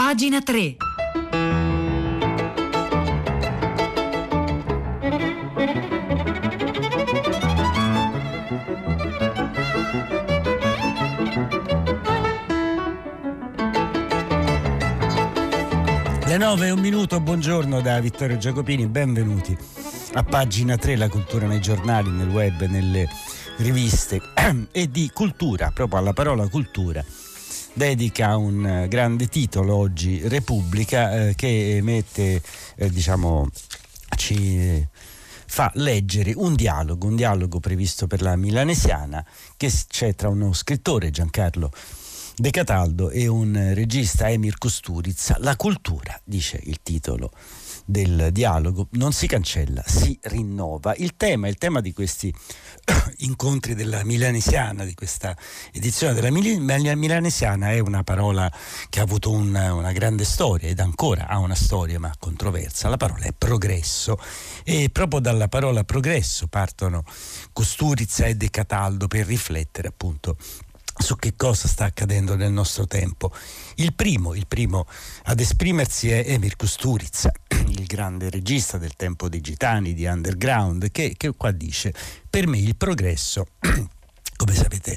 Pagina 3. Le 9:01, buongiorno da Vittorio Giacopini, benvenuti a Pagina 3, la cultura nei giornali, nel web, nelle riviste e di cultura, proprio alla parola cultura. Dedica un grande titolo oggi Repubblica che mette, ci fa leggere un dialogo previsto per la Milanesiana che c'è tra uno scrittore, Giancarlo De Cataldo, e un regista, Emir Kusturica. La cultura, dice il titolo del dialogo, non si cancella, si rinnova. Il tema di questi incontri della Milanesiana, di questa edizione della Milanesiana, è una parola che ha avuto una grande storia ed ancora ha una storia ma controversa. La parola è progresso e proprio dalla parola progresso partono Kusturica e De Cataldo per riflettere appunto su che cosa sta accadendo nel nostro tempo. Il primo ad esprimersi è Emir Kusturica, il grande regista del tempo dei Gitani, di Underground, che qua dice: per me il progresso, come sapete,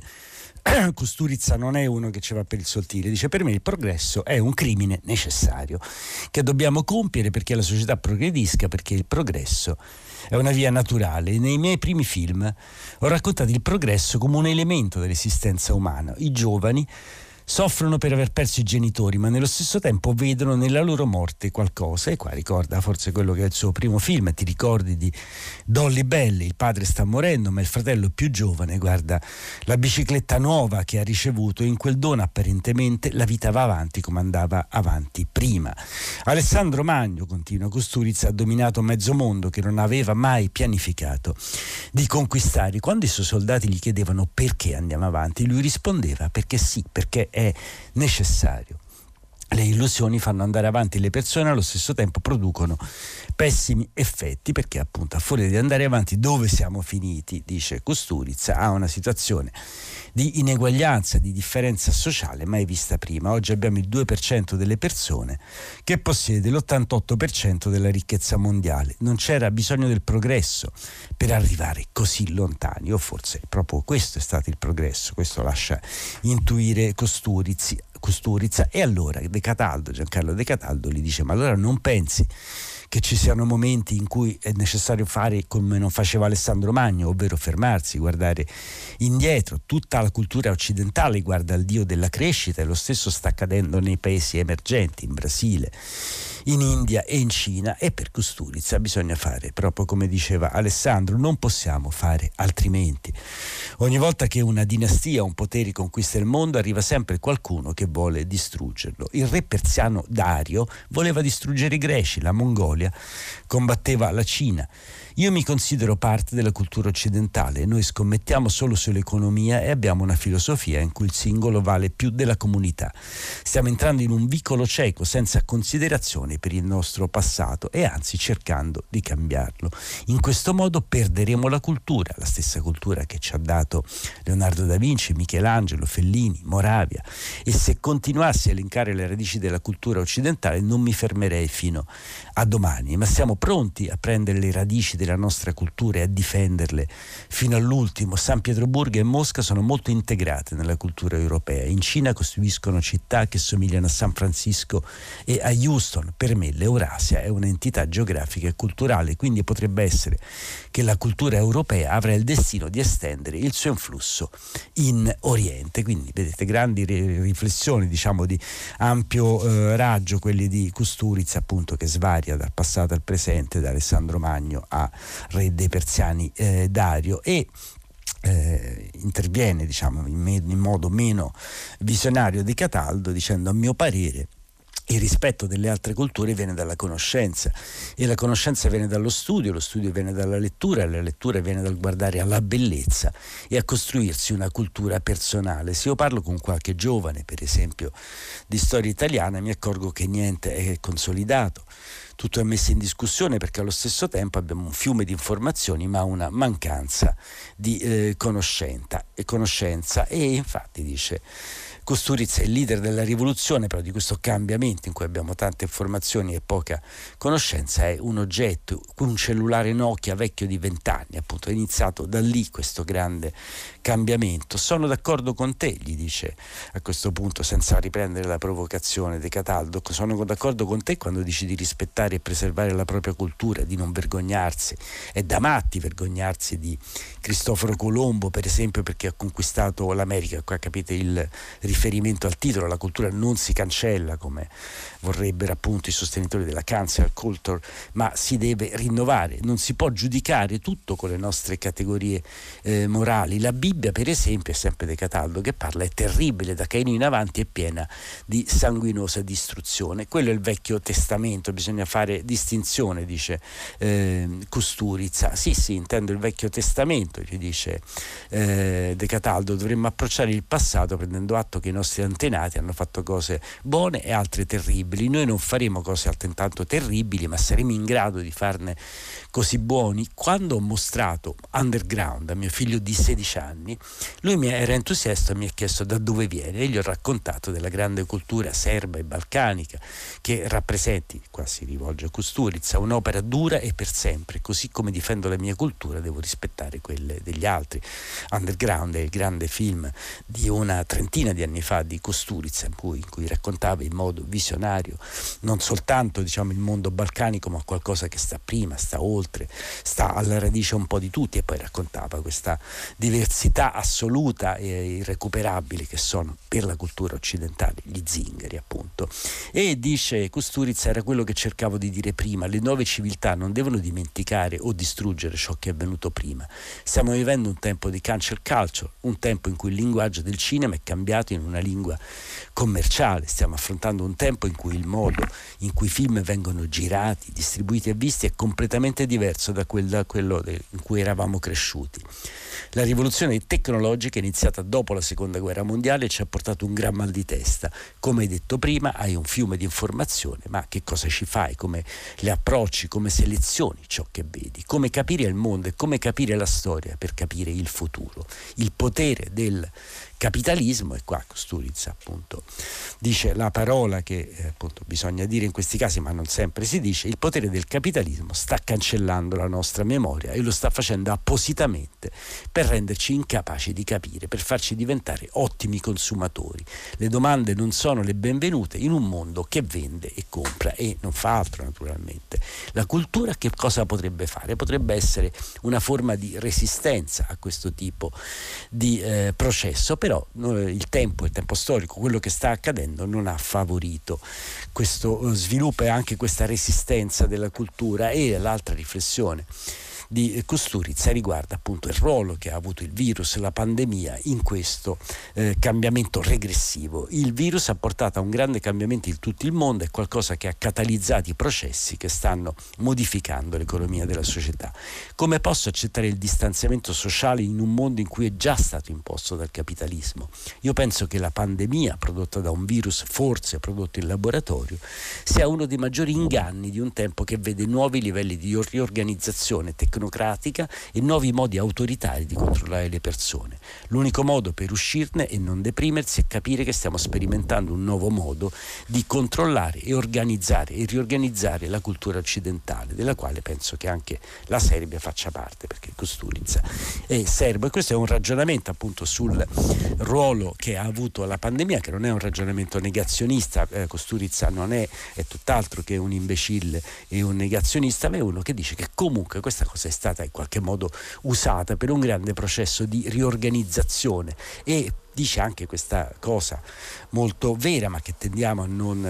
Kusturica non è uno che ci va per il sottile, dice: per me il progresso è un crimine necessario che dobbiamo compiere perché la società progredisca, perché il progresso è una via naturale. Nei miei primi film ho raccontato il progresso come un elemento dell'esistenza umana. I giovani soffrono per aver perso i genitori, ma nello stesso tempo vedono nella loro morte qualcosa. E qua ricorda forse quello che è il suo primo film. Ti ricordi di Dolly Belly? Il padre sta morendo, ma il fratello più giovane guarda la bicicletta nuova che ha ricevuto, e in quel dono apparentemente la vita va avanti come andava avanti prima. Alessandro Magno, continua Kusturica, ha dominato mezzo mondo che non aveva mai pianificato di conquistare. Quando i suoi soldati gli chiedevano perché andiamo avanti, lui rispondeva: perché sì, perché è necessario. Le illusioni fanno andare avanti le persone, allo stesso tempo producono pessimi effetti, perché appunto a furia di andare avanti dove siamo finiti, dice Kusturica, a una situazione di ineguaglianza, di differenza sociale mai vista prima. Oggi abbiamo il 2% delle persone che possiede l'88% della ricchezza mondiale. Non c'era bisogno del progresso per arrivare così lontani, o forse proprio questo è stato il progresso, questo lascia intuire Kusturica. E allora Giancarlo De Cataldo gli dice: ma allora non pensi che ci siano momenti in cui è necessario fare come non faceva Alessandro Magno, ovvero fermarsi, guardare indietro? Tutta la cultura occidentale guarda al dio della crescita, e lo stesso sta accadendo nei paesi emergenti, in Brasile, in India e in Cina. E per Kusturica bisogna fare proprio come diceva Alessandro, non possiamo fare altrimenti. Ogni volta che una dinastia, un potere conquista il mondo, arriva sempre qualcuno che vuole distruggerlo. Il re persiano Dario voleva distruggere i greci, la Mongolia combatteva la Cina. Io mi considero parte della cultura occidentale. Noi scommettiamo solo sull'economia e abbiamo una filosofia in cui il singolo vale più della comunità. Stiamo entrando in un vicolo cieco senza considerazione per il nostro passato e anzi cercando di cambiarlo. In questo modo perderemo la cultura, la stessa cultura che ci ha dato Leonardo da Vinci, Michelangelo, Fellini, Moravia. E se continuassi a elencare le radici della cultura occidentale non mi fermerei fino a domani, ma siamo pronti a prendere le radici della nostra cultura e a difenderle fino all'ultimo. San Pietroburgo e Mosca sono molto integrate nella cultura europea. In Cina costruiscono città che somigliano a San Francisco e a Houston. Per me l'Eurasia è un'entità geografica e culturale, quindi potrebbe essere che la cultura europea avrà il destino di estendere il suo influsso in Oriente. Quindi vedete, grandi riflessioni, diciamo, di ampio raggio, quelli di Kusturica, appunto, che svaria dal passato al presente, da Alessandro Magno a re dei persiani Dario, e interviene, diciamo, in modo meno visionario di Cataldo dicendo: a mio parere il rispetto delle altre culture viene dalla conoscenza, e la conoscenza viene dallo studio, lo studio viene dalla lettura, la lettura viene dal guardare alla bellezza e a costruirsi una cultura personale. Se io parlo con qualche giovane, per esempio, di storia italiana, mi accorgo che niente è consolidato, tutto è messo in discussione, perché allo stesso tempo abbiamo un fiume di informazioni ma una mancanza di conoscenza. E infatti, dice Kusturica è il leader della rivoluzione, però di questo cambiamento in cui abbiamo tante informazioni e poca conoscenza, è un oggetto, un cellulare Nokia vecchio di 20 anni, appunto è iniziato da lì questo grande cambiamento. Sono d'accordo con te, gli dice a questo punto, senza riprendere la provocazione De Cataldo, sono d'accordo con te quando dici di rispettare e preservare la propria cultura, di non vergognarsi. È da matti vergognarsi di Cristoforo Colombo, per esempio, perché ha conquistato l'America. Qua capite il riferimento al titolo: la cultura non si cancella, come vorrebbero appunto i sostenitori della cancel culture, ma si deve rinnovare. Non si può giudicare tutto con le nostre categorie morali. La Bibbia, per esempio, è sempre De Cataldo che parla, è terribile, da Caino in avanti è piena di sanguinosa distruzione. Quello è il Vecchio Testamento, bisogna fare distinzione, dice Kusturica. Sì, intendo il Vecchio Testamento, ci dice De Cataldo. Dovremmo approcciare il passato prendendo atto che i nostri antenati hanno fatto cose buone e altre terribili. Noi non faremo cose altrettanto terribili, ma saremo in grado di farne così buoni. Quando ho mostrato Underground a mio figlio di 16 anni, lui mi era entusiasta e mi ha chiesto da dove viene, e gli ho raccontato della grande cultura serba e balcanica che rappresenti, qua si rivolge a Kusturica, un'opera dura e per sempre. Così come difendo la mia cultura, devo rispettare quelle degli altri. Underground è il grande film di una trentina di anni fa di Kusturica, in cui raccontava in modo visionario non soltanto il mondo balcanico, ma qualcosa che sta prima, sta oltre, sta alla radice un po' di tutti, e poi raccontava questa diversità assoluta e irrecuperabile che sono per la cultura occidentale gli zingari, appunto. E dice Kusturica, era quello che cercavo di dire prima: le nuove civiltà non devono dimenticare o distruggere ciò che è avvenuto prima. Stiamo vivendo un tempo di cancel culture, un tempo in cui il linguaggio del cinema è cambiato in una lingua commerciale. Stiamo affrontando un tempo in cui il modo in cui i film vengono girati, distribuiti e visti è completamente diverso da quello in cui eravamo cresciuti. La rivoluzione tecnologica è iniziata dopo la seconda guerra mondiale e ci ha portato un gran mal di testa. Come hai detto prima, hai un fiume di informazione, ma che cosa ci fai? Come le approcci? Come selezioni ciò che vedi? Come capire il mondo e come capire la storia per capire il futuro? Il potere del capitalismo, e qua Kusturica appunto dice la parola che appunto bisogna dire in questi casi, ma non sempre si dice: il potere del capitalismo sta cancellando la nostra memoria e lo sta facendo appositamente per renderci incapaci di capire, per farci diventare ottimi consumatori. Le domande non sono le benvenute in un mondo che vende e compra e non fa altro, naturalmente. La cultura che cosa potrebbe fare? Potrebbe essere una forma di resistenza a questo tipo di processo, però il tempo storico, quello che sta accadendo, non ha favorito questo sviluppo e anche questa resistenza della cultura. E l'altra riflessione di Kusturica riguarda appunto il ruolo che ha avuto il virus, la pandemia, in questo cambiamento regressivo. Il virus ha portato a un grande cambiamento in tutto il mondo, è qualcosa che ha catalizzato i processi che stanno modificando l'economia della società. Come posso accettare il distanziamento sociale in un mondo in cui è già stato imposto dal capitalismo? Io penso che la pandemia prodotta da un virus, forse prodotto in laboratorio, sia uno dei maggiori inganni di un tempo che vede nuovi livelli di riorganizzazione tecnologica e nuovi modi autoritari di controllare le persone. L'unico modo per uscirne e non deprimersi è capire che stiamo sperimentando un nuovo modo di controllare e organizzare e riorganizzare la cultura occidentale, della quale penso che anche la Serbia faccia parte, perché Kusturica è serbo. E questo è un ragionamento appunto sul ruolo che ha avuto la pandemia, che non è un ragionamento negazionista. Kusturica non è tutt'altro che un imbecille e un negazionista, ma è uno che dice che comunque questa cosa è stata in qualche modo usata per un grande processo di riorganizzazione, e dice anche questa cosa molto vera, ma che tendiamo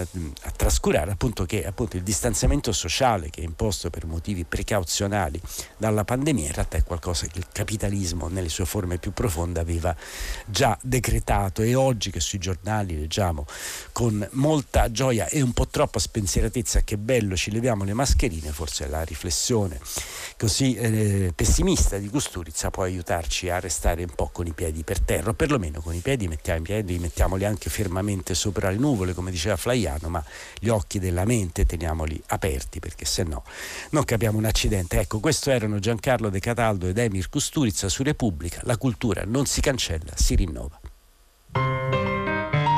a trascurare, appunto, che appunto il distanziamento sociale che è imposto per motivi precauzionali dalla pandemia in realtà è qualcosa che il capitalismo nelle sue forme più profonde aveva già decretato. E oggi che sui giornali leggiamo con molta gioia e un po' troppa spensieratezza che bello ci leviamo le mascherine, forse la riflessione così pessimista di Kusturica può aiutarci a restare un po' con i piedi per terra, o perlomeno con i piedi mettiamoli anche fermamente sopra le nuvole, come diceva Flaiano, ma gli occhi della mente teniamoli aperti, perché se no non capiamo un accidente. Ecco, questo erano Giancarlo De Cataldo ed Emir Kusturica su Repubblica. La cultura non si cancella, si rinnova.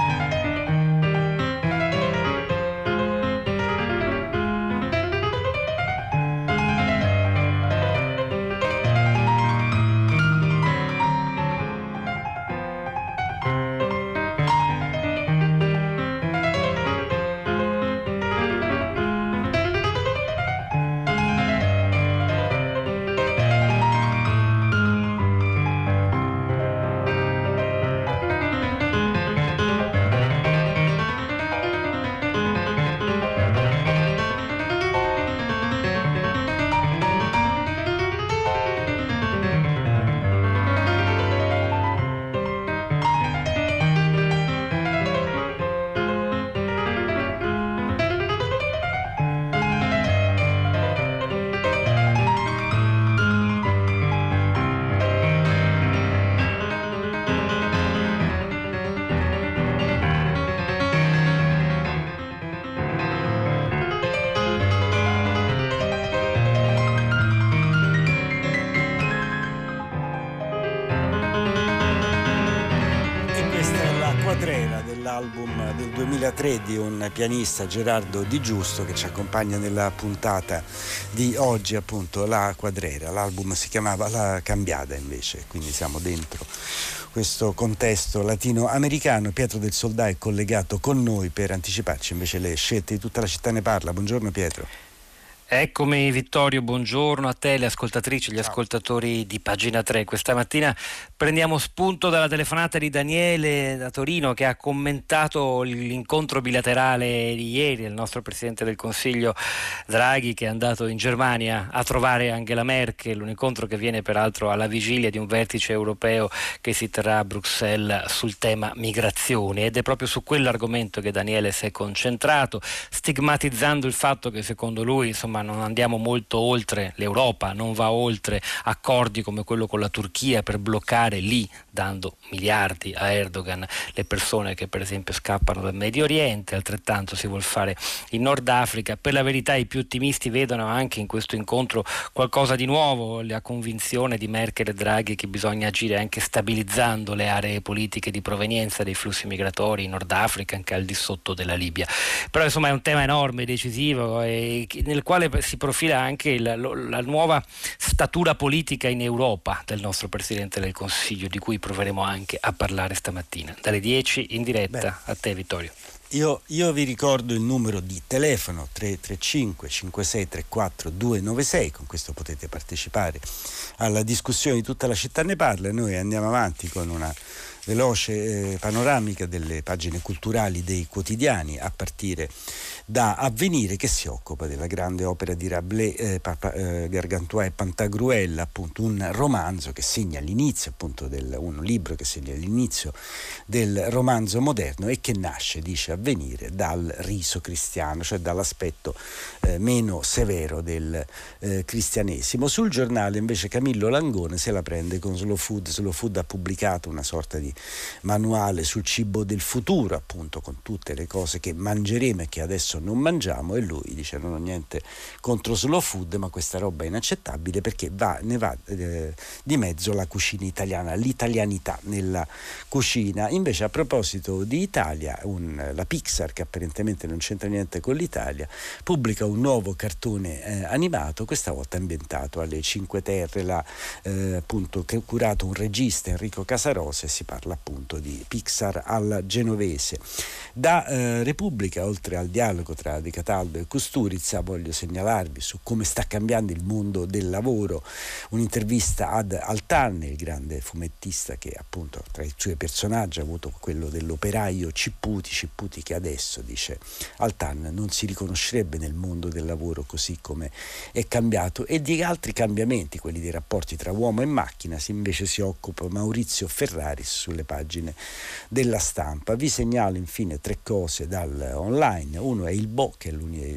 l'album del 2003 di un pianista, Gerardo Di Giusto, che ci accompagna nella puntata di oggi, appunto, La Quadrera. L'album si chiamava La Cambiada invece, quindi siamo dentro questo contesto latinoamericano. Pietro del Soldà è collegato con noi per anticiparci invece le scelte di Tutta la città ne parla. Buongiorno Pietro. Eccomi Vittorio, buongiorno a te, le ascoltatrici, gli ascoltatori di Pagina 3. Questa mattina prendiamo spunto dalla telefonata di Daniele da Torino, che ha commentato l'incontro bilaterale di ieri del nostro Presidente del Consiglio Draghi, che è andato in Germania a trovare Angela Merkel, un incontro che viene peraltro alla vigilia di un vertice europeo che si terrà a Bruxelles sul tema migrazione, ed è proprio su quell'argomento che Daniele si è concentrato, stigmatizzando il fatto che secondo lui, insomma, non andiamo molto oltre, l'Europa non va oltre accordi come quello con la Turchia per bloccare lì, dando miliardi a Erdogan, le persone che per esempio scappano dal Medio Oriente. Altrettanto si vuol fare in Nord Africa. Per la verità i più ottimisti vedono anche in questo incontro qualcosa di nuovo, la convinzione di Merkel e Draghi che bisogna agire anche stabilizzando le aree politiche di provenienza dei flussi migratori in Nord Africa, anche al di sotto della Libia. Però insomma è un tema enorme, decisivo, e nel quale si profila anche la nuova statura politica in Europa del nostro Presidente del Consiglio, di cui proveremo anche a parlare stamattina dalle 10 in diretta. A te Vittorio. Io vi ricordo il numero di telefono 335 5634 296, con questo potete partecipare alla discussione di Tutta la città ne parla. Noi andiamo avanti con una veloce panoramica delle pagine culturali dei quotidiani, a partire da Avvenire, che si occupa della grande opera di Rabelais, Gargantua e Pantagruel, appunto un romanzo che segna l'inizio, appunto un libro che segna l'inizio del romanzo moderno e che nasce, dice Avvenire, dal riso cristiano, cioè dall'aspetto meno severo del cristianesimo. Sul Giornale invece Camillo Langone se la prende con Slow Food. Slow Food ha pubblicato una sorta di manuale sul cibo del futuro, appunto con tutte le cose che mangeremo e che adesso non mangiamo, e lui dice: non ho niente contro Slow Food, ma questa roba è inaccettabile perché ne va di mezzo la cucina italiana, l'italianità nella cucina. Invece, a proposito di Italia, la Pixar, che apparentemente non c'entra niente con l'Italia, pubblica un nuovo cartone animato, questa volta ambientato alle Cinque Terre, appunto, che ha curato un regista, Enrico Casarosa, e si parla appunto di Pixar alla genovese. Da Repubblica, oltre al dialogo tra De Cataldo e Kusturica, voglio segnalarvi su come sta cambiando il mondo del lavoro un'intervista ad Altan, il grande fumettista che appunto tra i suoi personaggi ha avuto quello dell'operaio Cipputi che adesso, dice Altan, non si riconoscerebbe nel mondo del lavoro così come è cambiato, e di altri cambiamenti, quelli dei rapporti tra uomo e macchina, invece si occupa Maurizio Ferraris sulle pagine della Stampa. Vi segnalo infine tre cose dal online. Uno è il Bo, che è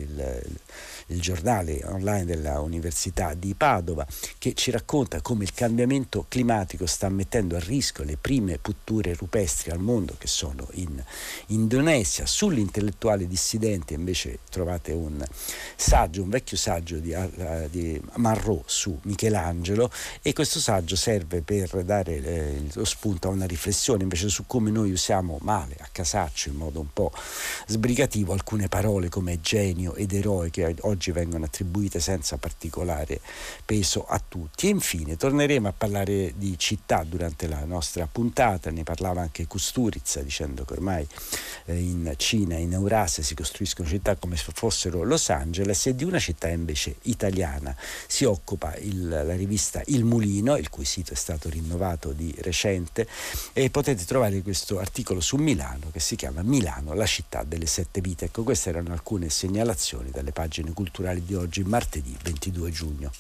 il giornale online della Università di Padova, che ci racconta come il cambiamento climatico sta mettendo a rischio le prime pitture rupestri al mondo, che sono in Indonesia. Sull'intellettuale dissidente invece trovate un vecchio saggio di Marrò su Michelangelo, e questo saggio serve per dare lo spunto a una riflessione invece su come noi usiamo male, a casaccio, in modo un po' sbrigativo, alcune parole come genio ed eroe, che oggi vengono attribuite senza particolare peso a tutti. E infine torneremo a parlare di città durante la nostra puntata. Ne parlava anche Kusturica, dicendo che ormai in Cina, in Eurasia, si costruiscono città come se fossero Los Angeles, e di una città invece italiana si occupa la rivista Il Mulino, il cui sito è stato rinnovato di recente, e potete trovare questo articolo su Milano che si chiama Milano, la città delle sette vite. Ecco, queste erano alcune segnalazioni dalle pagine culturali di oggi, martedì 22 giugno.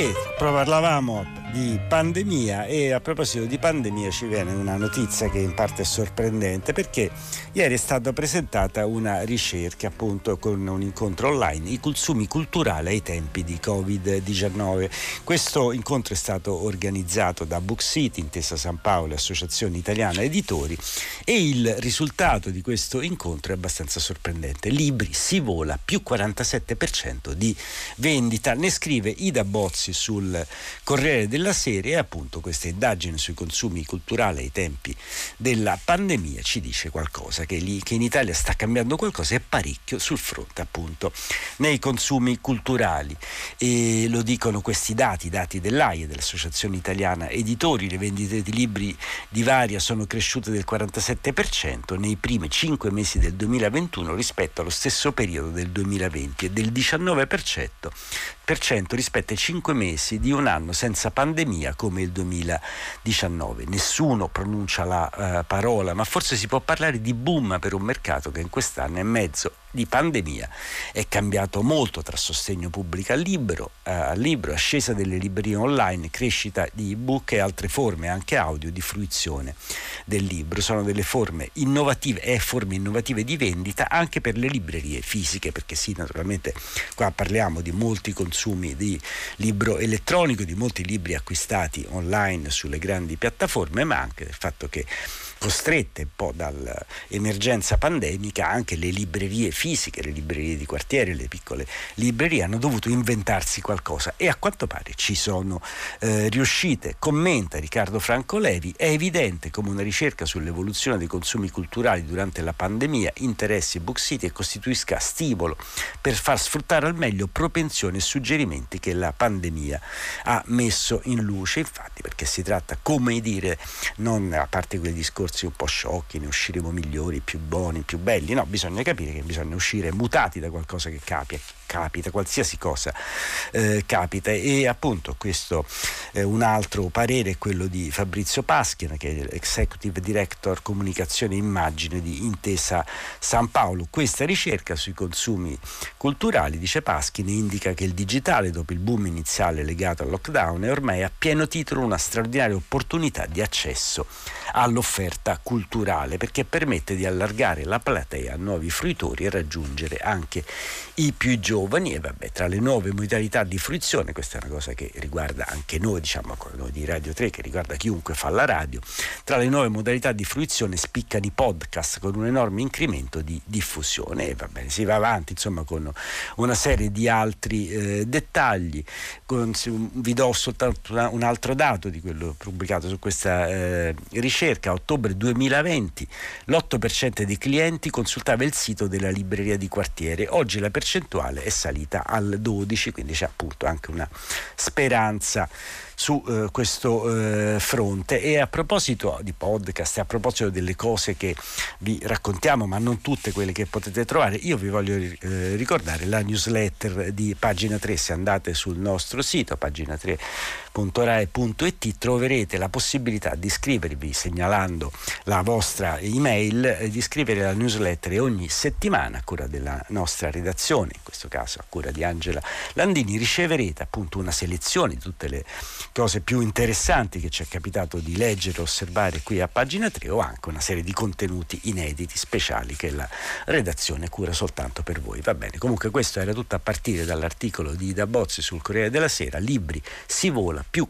E parlavamo di pandemia, e a proposito di pandemia ci viene una notizia che in parte è sorprendente, perché ieri è stata presentata una ricerca, appunto, con un incontro online, i consumi culturali ai tempi di Covid-19. Questo incontro è stato organizzato da Book City, Intesa San Paolo, Associazione Italiana Editori, e il risultato di questo incontro è abbastanza sorprendente. Libri si vola, più 47% di vendita, ne scrive Ida Bozzi sul Corriere della Sera, e appunto questa indagine sui consumi culturali ai tempi della pandemia ci dice qualcosa, che in Italia sta cambiando qualcosa, e parecchio, sul fronte appunto nei consumi culturali, e lo dicono questi dati dell'AIE, dell'Associazione Italiana Editori. Le vendite di libri di Varia sono cresciute del 47% nei primi 5 mesi del 2021 rispetto allo stesso periodo del 2020, e del 19% rispetto ai 5 mesi di un anno senza pandemia come il 2019. Nessuno pronuncia la parola, ma forse si può parlare di boom per un mercato che in quest'anno e mezzo di pandemia è cambiato molto, tra sostegno pubblico al libro, ascesa delle librerie online, crescita di ebook e altre forme anche audio di fruizione del libro. Sono delle forme innovative di vendita anche per le librerie fisiche, perché sì, naturalmente qua parliamo di molti consumi di libro elettronico, di molti libri acquistati online sulle grandi piattaforme, ma anche del fatto che, costrette un po' dall'emergenza pandemica, anche le librerie fisiche, le librerie di quartiere, le piccole librerie hanno dovuto inventarsi qualcosa, e a quanto pare ci sono riuscite. Commenta Riccardo Franco Levi: è evidente come una ricerca sull'evoluzione dei consumi culturali durante la pandemia interessi Book City e costituisca stimolo per far sfruttare al meglio propensioni e suggerimenti che la pandemia ha messo in luce. Infatti, perché si tratta, come dire, non, a parte quei discorsi un po' sciocchi, ne usciremo migliori, più buoni, più belli, no, bisogna capire che bisogna uscire mutati da qualcosa che capita, qualsiasi cosa capita. E appunto questo un altro parere è quello di Fabrizio Paschina, che è Executive Director Comunicazione e Immagine di Intesa San Paolo. Questa ricerca sui consumi culturali, dice Paschina, indica che il digitale, dopo il boom iniziale legato al lockdown, è ormai a pieno titolo una straordinaria opportunità di accesso all'offerta culturale, perché permette di allargare la platea a nuovi fruitori e raggiungere anche i più giovani. E vabbè, tra le nuove modalità di fruizione, questa è una cosa che riguarda anche noi, diciamo noi di Radio 3, che riguarda chiunque fa la radio, tra le nuove modalità di fruizione spiccano i podcast con un enorme incremento di diffusione. E va bene, si va avanti insomma con una serie di altri dettagli. Vi do soltanto un altro dato di quello pubblicato su questa ricerca. A ottobre 2020 l'8% dei clienti consultava il sito della libreria di quartiere. Oggi la percentuale è salita al 12%, quindi c'è appunto anche una speranza su questo fronte. E a proposito di podcast, a proposito delle cose che vi raccontiamo, ma non tutte quelle che potete trovare, io vi voglio ricordare la newsletter di Pagina 3. Se andate sul nostro sito pagina3.rai.it troverete la possibilità di iscrivervi, segnalando la vostra email, di iscrivere alla newsletter, e ogni settimana, a cura della nostra redazione, in questo caso a cura di Angela Landini, riceverete appunto una selezione di tutte le cose più interessanti che ci è capitato di leggere e osservare qui a Pagina 3, o anche una serie di contenuti inediti, speciali, che la redazione cura soltanto per voi. Va bene, comunque questo era tutto a partire dall'articolo di Ida Bozzi sul Corriere della Sera: libri si vola, più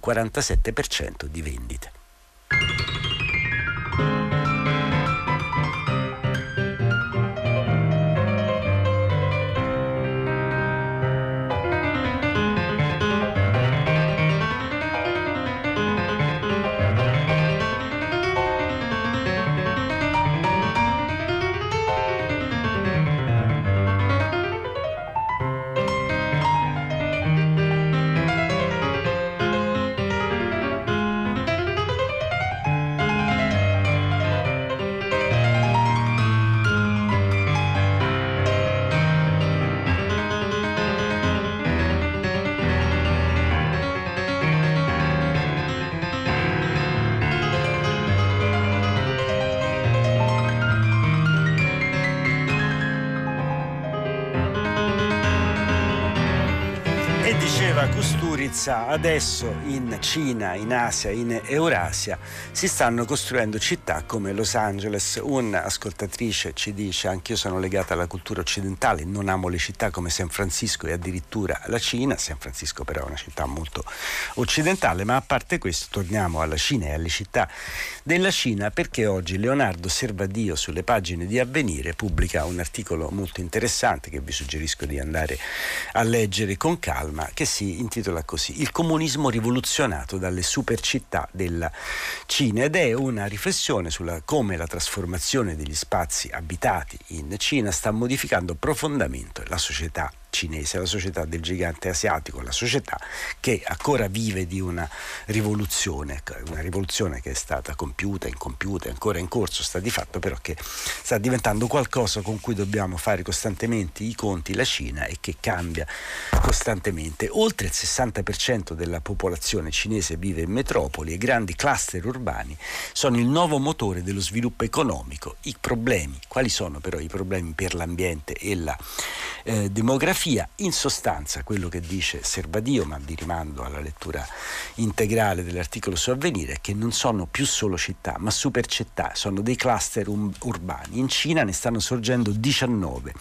47% di vendite. Sturizza, adesso in Cina, in Asia, in Eurasia si stanno costruendo città come Los Angeles. Un'ascoltatrice ci dice: anch'io sono legata alla cultura occidentale, non amo le città come San Francisco e addirittura la Cina. San Francisco però è una città molto occidentale, ma a parte questo torniamo alla Cina e alle città della Cina, perché oggi Leonardo Servadio sulle pagine di Avvenire pubblica un articolo molto interessante che vi suggerisco di andare a leggere con calma, che si intitola così: Il comunismo rivoluzionato dalle supercittà della Cina, ed è una riflessione sulla come la trasformazione degli spazi abitati in Cina sta modificando profondamente la società cinese, la società del gigante asiatico, la società che ancora vive di una rivoluzione che è stata compiuta, incompiuta, è ancora in corso, sta di fatto, però che sta diventando qualcosa con cui dobbiamo fare costantemente i conti, la Cina, e che cambia costantemente. Oltre il 60% della popolazione cinese vive in metropoli e grandi cluster urbani sono il nuovo motore dello sviluppo economico. I problemi, quali sono però i problemi per l'ambiente e la demografia? In sostanza, quello che dice Servadio, ma vi rimando alla lettura integrale dell'articolo su Avvenire, è che non sono più solo città, ma super città, sono dei cluster urbani. In Cina ne stanno sorgendo 19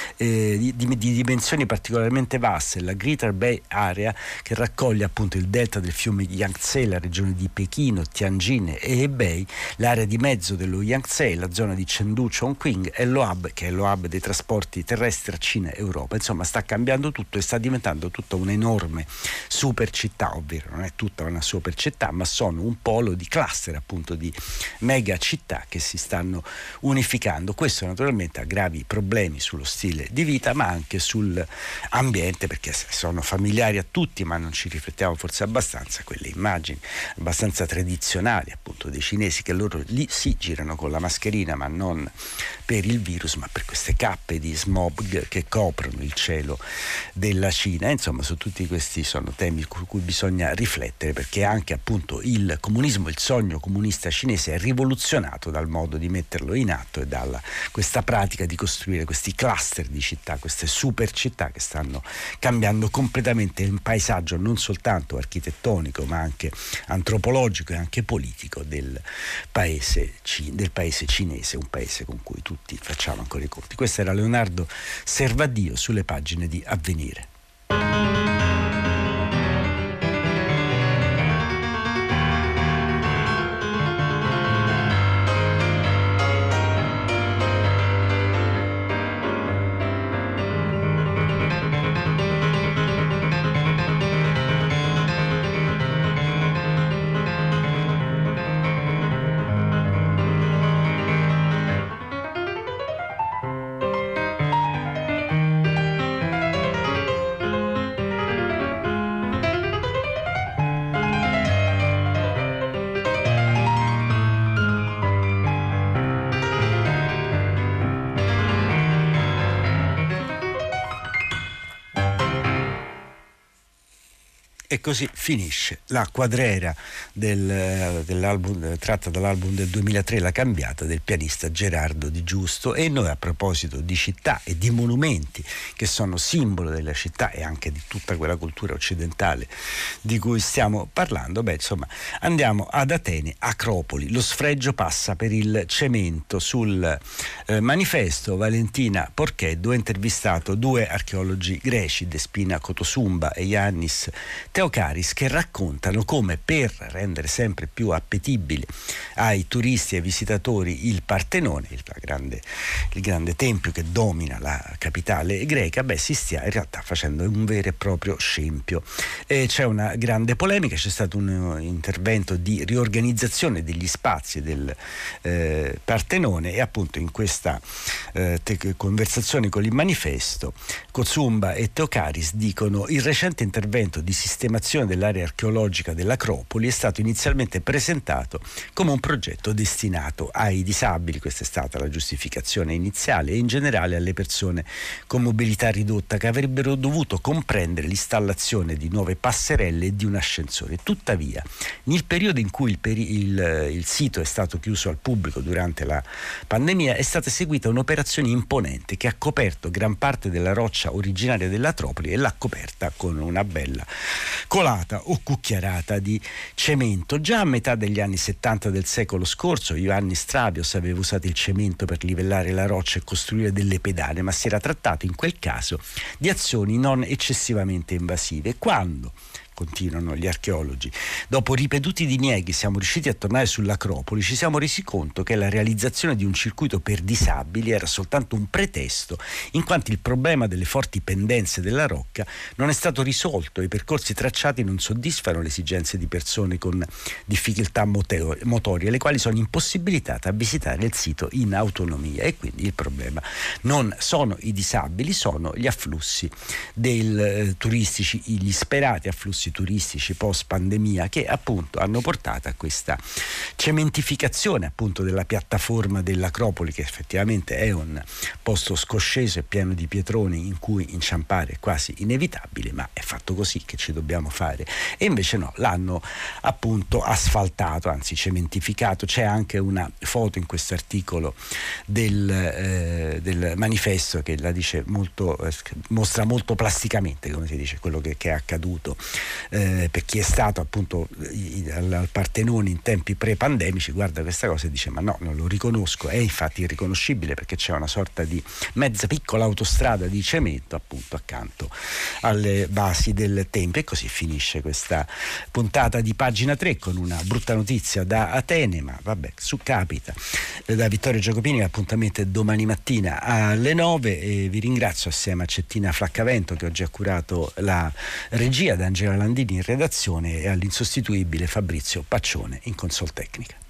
di dimensioni particolarmente vaste. La Greater Bay Area, che raccoglie appunto il delta del fiume Yangtze, la regione di Pechino, Tianjin e Hebei, l'area di mezzo dello Yangtze, la zona di Chengdu, Chongqing e l'Hub, che è l'hub dei trasporti terrestri tra Cina e Europa. Insomma, sta cambiando tutto e sta diventando tutta un'enorme super città, ovvero non è tutta una super città, ma sono un polo di cluster, appunto, di mega città che si stanno unificando. Questo naturalmente ha gravi problemi sullo stile di vita, ma anche sull'ambiente, perché sono familiari a tutti, ma non ci riflettiamo forse abbastanza, quelle immagini abbastanza tradizionali appunto dei cinesi, che loro lì si girano con la mascherina, ma non per il virus, ma per queste cappe di smog che coprono il cielo della Cina. Insomma, su tutti questi sono temi su cui bisogna riflettere, perché anche appunto il comunismo, il sogno comunista cinese è rivoluzionato dal modo di metterlo in atto e dalla questa pratica di costruire questi cluster di città, queste super città che stanno cambiando completamente il paesaggio non soltanto architettonico, ma anche antropologico e anche politico del paese cinese, un paese con cui tutti facciamo ancora i conti. Questo era Leonardo Servadio sulle pagine di Avvenire. E così finisce la quadrera dell'album, tratta dall'album del 2003, La cambiata, del pianista Gerardo Di Giusto. E noi, a proposito di città e di monumenti che sono simbolo della città e anche di tutta quella cultura occidentale di cui stiamo parlando, insomma, andiamo ad Atene, Acropoli. Lo sfregio passa per il cemento. Sul manifesto Valentina Porcheddu ha intervistato due archeologi greci, Despina Kotosumba e Yannis Theokaris, che raccontano come, per rendere sempre più appetibile ai turisti e ai visitatori il Partenone, il grande tempio che domina la capitale greca, si stia in realtà facendo un vero e proprio scempio. C'è una grande polemica, c'è stato un intervento di riorganizzazione degli spazi del Partenone, e appunto in questa conversazione con il manifesto Kotosumba e Theokaris dicono: il recente intervento di sistemazione dell'area archeologica dell'Acropoli è stato inizialmente presentato come un progetto destinato ai disabili, questa è stata la giustificazione iniziale, e in generale alle persone con mobilità ridotta, che avrebbero dovuto comprendere l'installazione di nuove passerelle e di un ascensore. Tuttavia, nel periodo in cui il sito è stato chiuso al pubblico durante la pandemia, è stata eseguita un'operazione imponente che ha coperto gran parte della roccia originaria dell'Acropoli e l'ha coperta con una bella colata o cucchiarata di cemento. Già a metà degli anni 70 del secolo scorso Ioannis Strabios aveva usato il cemento per livellare la roccia e costruire delle pedane, ma si era trattato in quel caso di azioni non eccessivamente invasive. Quando, continuano gli archeologi, dopo ripetuti dinieghi siamo riusciti a tornare sull'Acropoli, ci siamo resi conto che la realizzazione di un circuito per disabili era soltanto un pretesto, in quanto il problema delle forti pendenze della rocca non è stato risolto e i percorsi tracciati non soddisfano le esigenze di persone con difficoltà motorie, le quali sono impossibilitate a visitare il sito in autonomia, e quindi il problema non sono i disabili, sono gli afflussi turistici, gli sperati afflussi turistici post pandemia, che appunto hanno portato a questa cementificazione appunto della piattaforma dell'Acropoli, che effettivamente è un posto scosceso e pieno di pietroni in cui inciampare è quasi inevitabile, ma è fatto così che ci dobbiamo fare. E invece no, l'hanno appunto asfaltato, anzi cementificato. C'è anche una foto in questo articolo del manifesto che la dice molto, mostra molto plasticamente, come si dice, quello che è accaduto per chi è stato appunto al Partenone in tempi pre-pandemici. Guarda questa cosa e dice: ma no, non lo riconosco. È infatti irriconoscibile, perché c'è una sorta di mezza piccola autostrada di cemento appunto accanto alle basi del tempio. E così finisce questa puntata di Pagina 3 con una brutta notizia da Atene, ma vabbè, su capita. Da Vittorio Giacopini l'appuntamento è domani mattina alle 9 e vi ringrazio assieme a Cettina Flaccavento, che oggi ha curato la regia, da Angela Landini in redazione e all'insostituibile Fabrizio Paccione in console tecnica.